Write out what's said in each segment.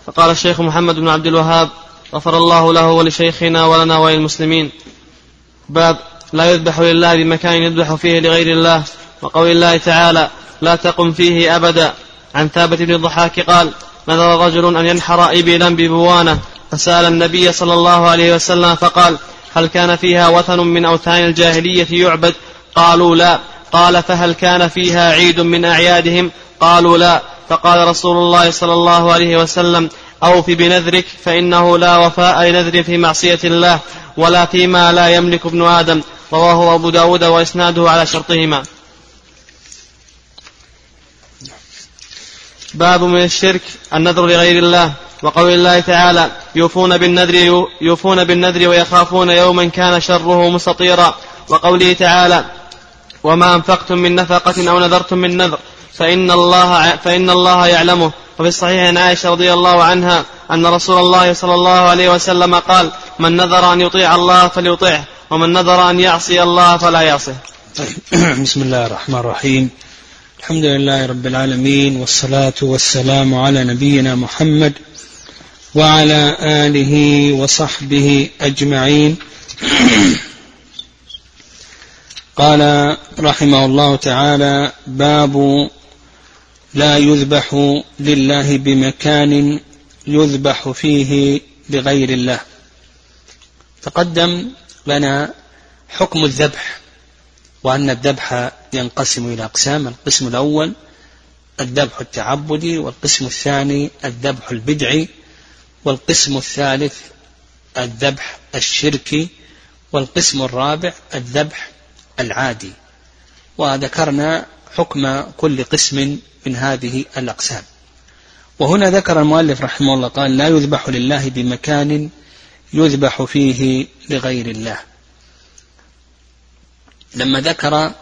فقال الشيخ محمد بن عبد الوهاب غفر الله له ولشيخنا ولنا وللمسلمين: باب لا يذبح لله بمكان يذبح فيه لغير الله، وقول الله تعالى: لا تقم فيه أبدا. عن ثابت بن الضحاك قال: نذر رجل أن ينحر إبلا ببوانة، فسأل النبي صلى الله عليه وسلم فقال: هل كان فيها وثن من أوثان الجاهلية يعبد؟ قالوا لا. قال: فهل كان فيها عيد من أعيادهم؟ قالوا لا. فقال رسول الله صلى الله عليه وسلم: أوف بنذرك، فإنه لا وفاء لنذر في معصية الله ولا فيما لا يملك ابن آدم. رواه أبو داود وإسناده على شرطهما. باب من الشرك النذر لغير الله، وقول الله تعالى: يوفون بالنذر ويخافون يوما كان شره مستطيرا. وقوله تعالى: وما أنفقتم من نفقة أو نذرتم من نذر فإن الله يعلمه. وفي الصحيح عن عائشة رضي الله عنها أن رسول الله صلى الله عليه وسلم قال: من نذر أن يطيع الله فليطيعه، ومن نذر أن يعصي الله فلا يعصه. بسم الله الرحمن الرحيم. الحمد لله رب العالمين، والصلاة والسلام على نبينا محمد وعلى آله وصحبه أجمعين. قال رحمه الله تعالى: باب لا يذبح لله بمكان يذبح فيه لغير الله. تقدم لنا حكم الذبح، وأن الذبح ينقسم إلى أقسام: القسم الأول الذبح التعبدي، والقسم الثاني الذبح البدعي، والقسم الثالث الذبح الشركي، والقسم الرابع الذبح العادي. وذكرنا حكم كل قسم من هذه الأقسام. وهنا ذكر المؤلف رحمه الله قال: لا يذبح لله بمكان يذبح فيه لغير الله. لما ذكر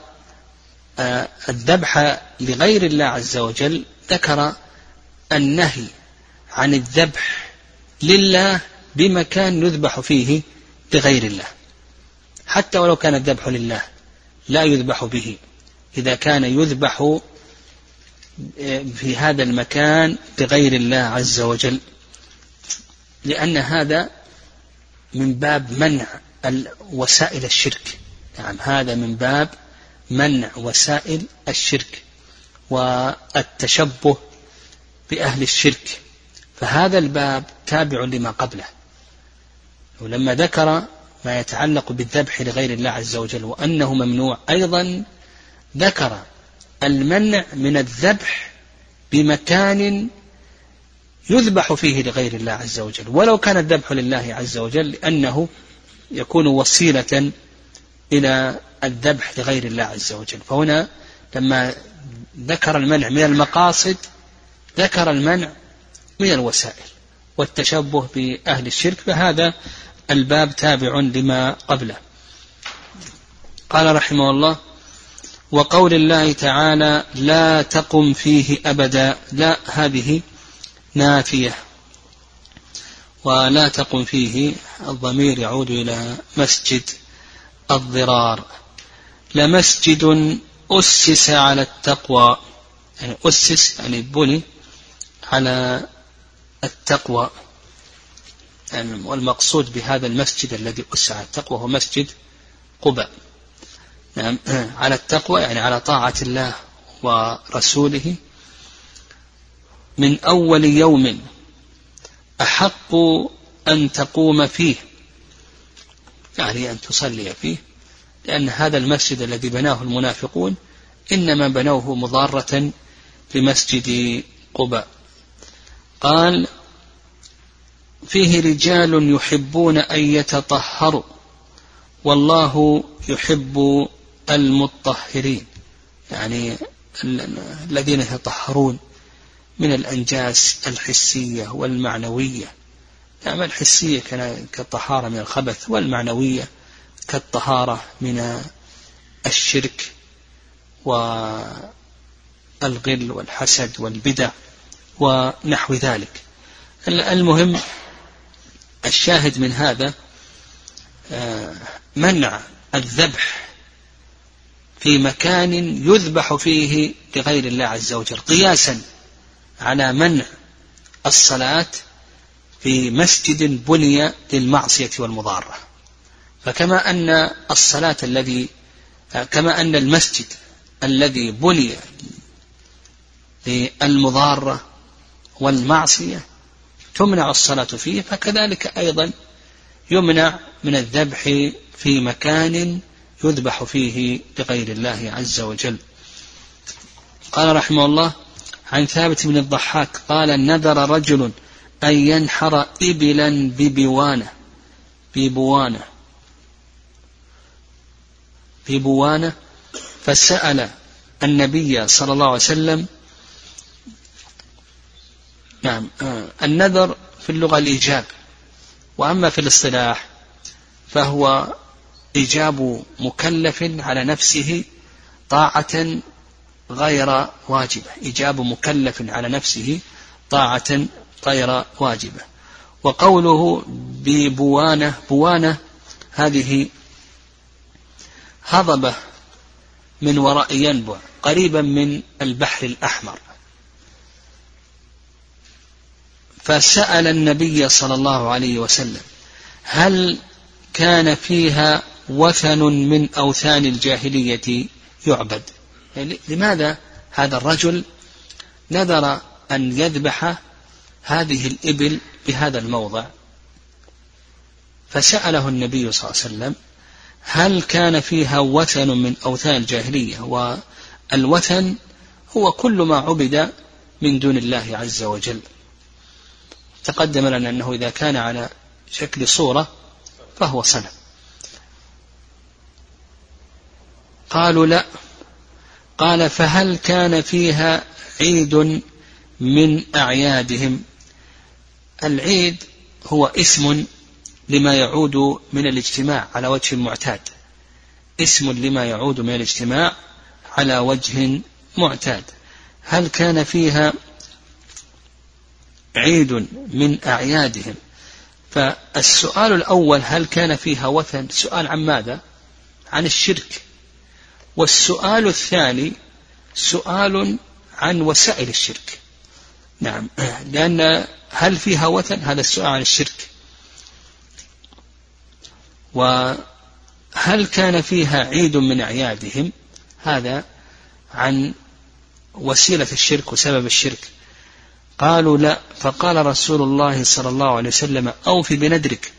الذبح لغير الله عز وجل ذكر النهي عن الذبح لله بمكان يذبح فيه لغير الله، حتى ولو كان الذبح لله لا يذبح به إذا كان يذبح في هذا المكان لغير الله عز وجل، لأن هذا من باب منع وسائل الشرك. نعم، هذا من باب منع وسائل الشرك والتشبه بأهل الشرك، فهذا الباب تابع لما قبله. ولما ذكر ما يتعلق بالذبح لغير الله عز وجل وأنه ممنوع، أيضا ذكر المنع من الذبح بمكان يذبح فيه لغير الله عز وجل ولو كان الذبح لله عز وجل، لأنه يكون وسيلة إلى الذبح لغير الله عز وجل. فهنا لما ذكر المنع من المقاصد ذكر المنع من الوسائل والتشبه بأهل الشرك، فهذا الباب تابع لما قبله. قال رحمه الله: وقول الله تعالى: لا تقم فيه أبدا. لا هذه نافية، ولا تقم فيه الضمير يعود إلى مسجد الضرار. لمسجد أسس على التقوى، يعني أسس يعني بني على التقوى، يعني والمقصود بهذا المسجد الذي أسس على التقوى هو مسجد قباء. يعني على التقوى يعني على طاعة الله ورسوله، من أول يوم أحق أن تقوم فيه، يعني أن تصلي فيه، لأن هذا المسجد الذي بناه المنافقون إنما بنوه مضارة لمسجد قباء. قال: فيه رجال يحبون أن يتطهروا والله يحب المطهرين، يعني الذين يتطهرون من الأنجاس الحسية والمعنوية. يعني الحسية كالطهارة من الخبث، والمعنوية كالطهارة من الشرك والغل والحسد والبدع ونحو ذلك. المهم الشاهد من هذا منع الذبح في مكان يذبح فيه لغير الله عز وجل، قياسا على منع الصلاة في مسجد بني للمعصية والمضارة. فكما أن كما أن المسجد الذي بني للمضارة والمعصية تمنع الصلاة فيه، فكذلك أيضا يمنع من الذبح في مكان يذبح فيه لغير الله عز وجل. قال رحمه الله عن ثابت بن الضحاك قال نذر رجل أن ينحر إبلا ببوانة فسأل النبي صلى الله عليه وسلم. نعم، النذر في اللغة الإيجاب، وأما في الاصطلاح فهو إيجاب مكلف على نفسه طاعة غير واجبة، إيجاب مكلف على نفسه طاعة غير واجبة. وقوله ببوانة هذه هضبة من وراء ينبع قريبا من البحر الأحمر. فسأل النبي صلى الله عليه وسلم هل كان فيها وثن من أوثان الجاهلية يعبد؟ يعني لماذا هذا الرجل نذر أن يذبح هذه الإبل بهذا الموضع؟ فسأله النبي صلى الله عليه وسلم هل كان فيها وثن من أوثان الجاهلية، والوثن هو كل ما عبد من دون الله عز وجل. تقدم لنا أنه إذا كان على شكل صورة فهو صنم. قالوا لا. قال فهل كان فيها عيد من أعيادهم؟ العيد هو اسم لما يعود من الاجتماع على وجه معتاد، اسم لما يعود من الاجتماع على وجه معتاد. هل كان فيها عيد من أعيادهم؟ فالسؤال الأول هل كان فيها وثن سؤال عن ماذا؟ عن الشرك. والسؤال الثاني سؤال عن وسائل الشرك. نعم، لأن هل فيها وثن هذا السؤال عن الشرك، وهل كان فيها عيد من أعيادهم هذا عن وسيلة الشرك وسبب الشرك. قالوا لا. فقال رسول الله صلى الله عليه وسلم أوف بندرك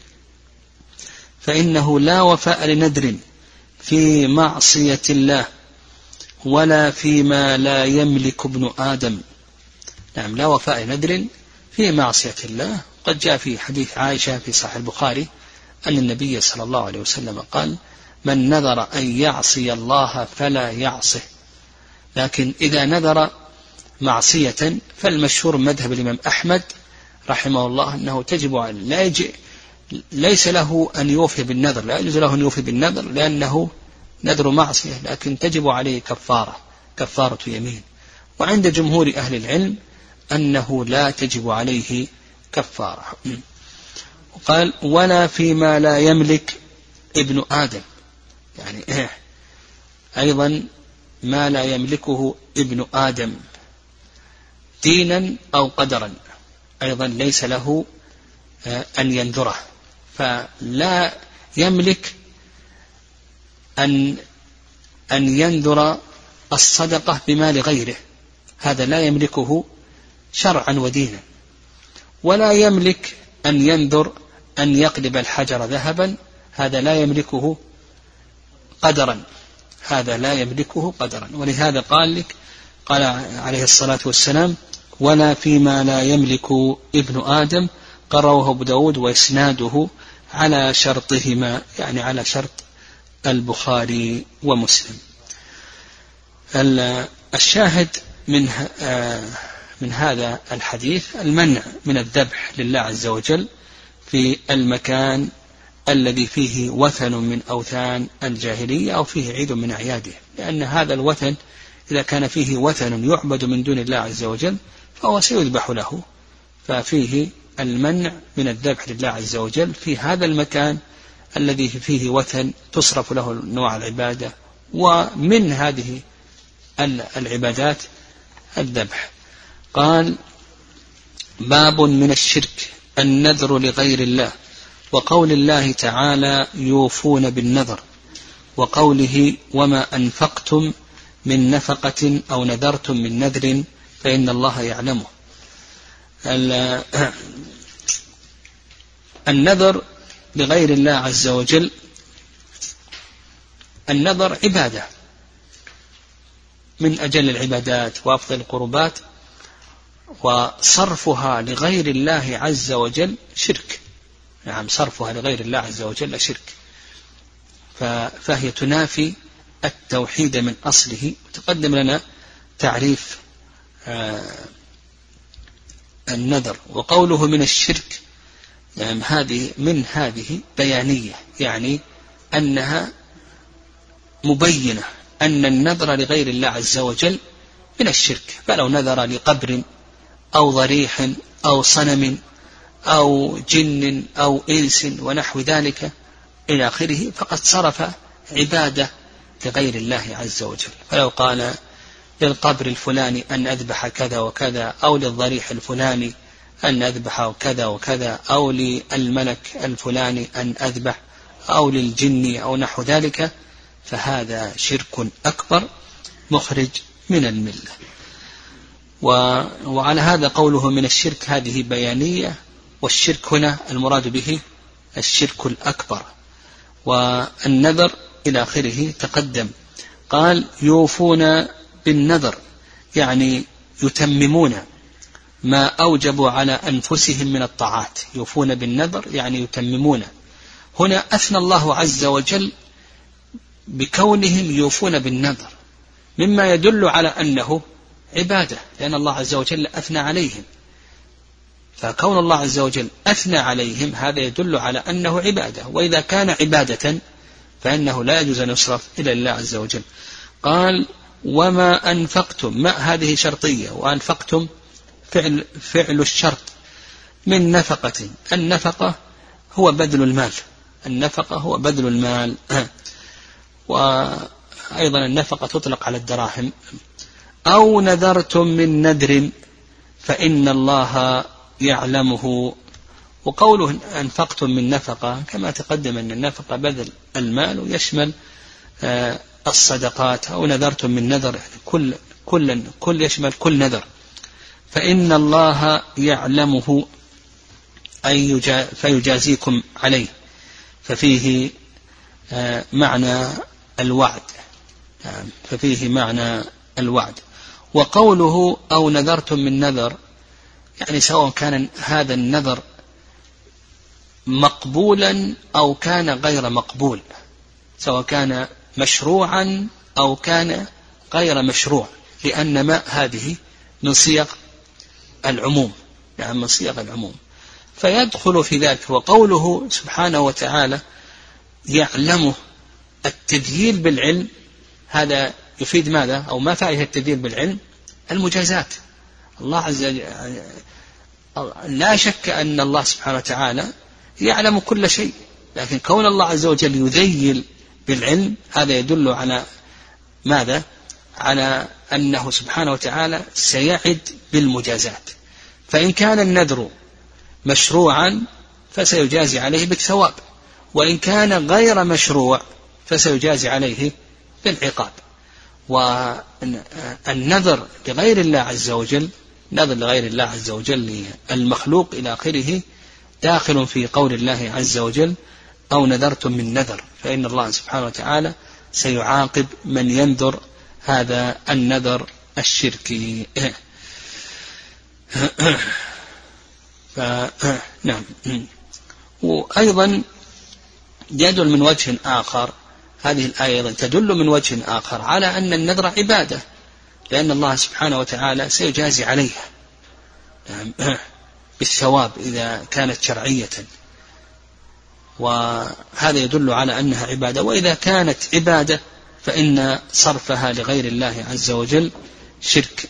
فإنه لا وفاء لندر في معصية الله ولا فيما لا يملك ابن آدم. نعم، لا وفاء لندر في معصية الله. قد جاء في حديث عائشة في صحيح البخاري أن النبي صلى الله عليه وسلم قال من نذر أن يعصي الله فلا يعصه. لكن إذا نذر معصية فالمشهور مذهب الإمام أحمد رحمه الله أنه تجب ليس له أن يوفي بالنذر، لا يجوز له أن يوفي بالنذر لأنه نذر معصية، لكن تجب عليه كفارة يمين. وعند جمهور أهل العلم أنه لا تجب عليه كفارة. وقال ولا فيما لا يملك ابن آدم، يعني أيضا ما لا يملكه ابن آدم دينا أو قدرا أيضا ليس له أن ينذره. فلا يملك أن ينذر الصدقة بمال غيره، هذا لا يملكه شرعا ودينا. ولا يملك أن ينذر أن يقلب الحجر ذهبا، هذا لا يملكه قدرا، هذا لا يملكه قدرا. ولهذا قال عليه الصلاة والسلام ولا فيما لا يملك ابن آدم. قرأه أبو داود وإسناده على شرطهما، يعني على شرط البخاري ومسلم. الشاهد من هذا الحديث المنع من الذبح لله عز وجل في المكان الذي فيه وثن من أوثان الجاهلية أو فيه عيد من أعياده، لأن هذا الوثن إذا كان فيه وثن يعبد من دون الله عز وجل فهو سيذبح له. ففيه المنع من الذبح لله عز وجل في هذا المكان الذي فيه وثن تصرف له نوع العبادة، ومن هذه العبادات الذبح. قال باب من الشرك النذر لغير الله، وقول الله تعالى يوفون بالنذر، وقوله وما أنفقتم من نفقة أو نذرتم من نذر فإن الله يعلمه. النذر لغير الله عز وجل، النذر عبادة من أجل العبادات وأفضل القربات، وصرفها لغير الله عز وجل شرك. نعم، صرفها لغير الله عز وجل شرك، فهي تنافي التوحيد من أصله. تقدم لنا تعريف النذر. وقوله من الشرك، هذه بيانية، يعني أنها مبينة أن النذر لغير الله عز وجل من الشرك. فلو نذر لقبر أو ضريح أو صنم أو جن أو إنس ونحو ذلك إلى آخره فقد صرف عبادة لغير الله عز وجل. فلو قال للقبر الفلاني أن أذبح كذا وكذا، أو للضريح الفلاني أن أذبح كذا وكذا، أو للملك الفلاني أن أذبح، أو للجن أو نحو ذلك، فهذا شرك أكبر مخرج من الملة. وعلى هذا قوله من الشرك هذه بيانية، والشرك هنا المراد به الشرك الأكبر. والنذر إلى آخره تقدم. قال يوفون بالنذر، يعني يتممون ما أوجبوا على أنفسهم من الطاعات. يوفون بالنذر يعني يتممون. هنا أثنى الله عز وجل بكونهم يوفون بالنذر، مما يدل على أنه عبادة، لأن الله عز وجل أثنى عليهم. فكون الله عز وجل أثنى عليهم هذا يدل على أنه عبادة، وإذا كان عبادة فإنه لا يجوز أن يصرف إلى الله عز وجل. قال وما أنفقتم، ما هذه شرطية، وأنفقتم فعل الشرط، من نفقة. النفقة هو بذل المال، النفقة هو بذل المال. وأيضا النفقة تطلق على الدراهم. أو نذرتم من نذر فإن الله يعلمه. وقوله أنفقتم من نفقة كما تقدم أن النفقة بذل المال ويشمل الصدقات. أو نذرتم من نذر كل يشمل كل نذر. فإن الله يعلمه أي فيجازيكم عليه، ففيه معنى الوعد، ففيه معنى الوعد. وقوله أو نذرتم من نذر يعني سواء كان هذا النذر مقبولا أو كان غير مقبول، سواء كان مشروعا أو كان غير مشروع، لأن ما هذه من صيغ العموم، يعني من صيغ العموم، فيدخل في ذلك. وقوله سبحانه وتعالى يعلمه، التدليل بالعلم هذا يفيد ماذا؟ أو ما فائدة التدليل بالعلم؟ المجازات. الله عز وجل لا شك أن الله سبحانه وتعالى يعلم كل شيء، لكن كون الله عز وجل يذيل بالعلم هذا يدل على ماذا؟ على أنه سبحانه وتعالى سيعد بالمجازات. فإن كان النذر مشروعا فسيجازي عليه بالثواب، وإن كان غير مشروع فسيجازي عليه بالعقاب. والنذر لغير الله عز وجل، نذر لغير الله عز وجل المخلوق إلى آخره، داخل في قول الله عز وجل أو نذرتم من نذر، فإن الله سبحانه وتعالى سيعاقب من ينذر هذا النذر الشركي. نعم. وأيضا يدل من وجه آخر، هذه الآية أيضا تدل من وجه آخر على أن النذر عبادة، لأن الله سبحانه وتعالى سيجازي عليها بالثواب إذا كانت شرعية، وهذا يدل على أنها عبادة. وإذا كانت عبادة فإن صرفها لغير الله عز وجل شرك.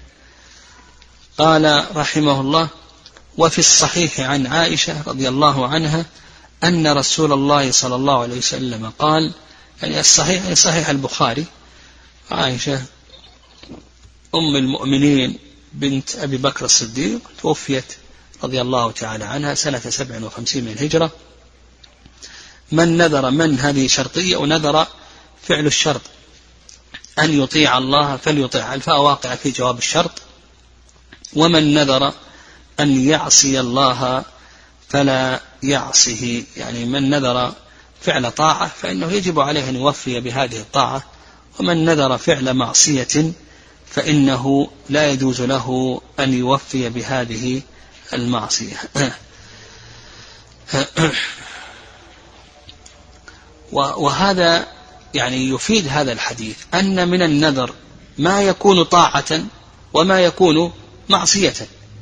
قال رحمه الله وفي الصحيح عن عائشة رضي الله عنها أن رسول الله صلى الله عليه وسلم قال، يعني الصحيح صحيح البخاري، عائشة أم المؤمنين بنت أبي بكر الصديق توفيت رضي الله تعالى عنها سنة 57 من الهجرة: من نذر، من هذه شرطية ونذر فعل الشرط، أن يطيع الله فليطيع، الفاء واقعة في جواب الشرط. ومن نذر أن يعصي الله فلا يعصه، يعني من نذر فعل طاعة فإنه يجب عليه أن يوفي بهذه الطاعة، ومن نذر فعل معصية فإنه لا يجوز له أن يوفي بهذه المعصية. وهذا يعني يفيد هذا الحديث أن من النذر ما يكون طاعة وما يكون معصية،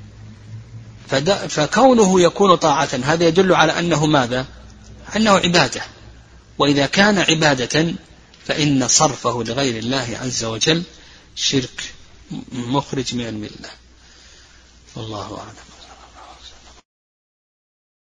فكونه يكون طاعة هذا يدل على أنه ماذا؟ أنه عبادة، وإذا كان عبادة فإن صرفه لغير الله عز وجل شرك مخرج من الملة. والله أعلم.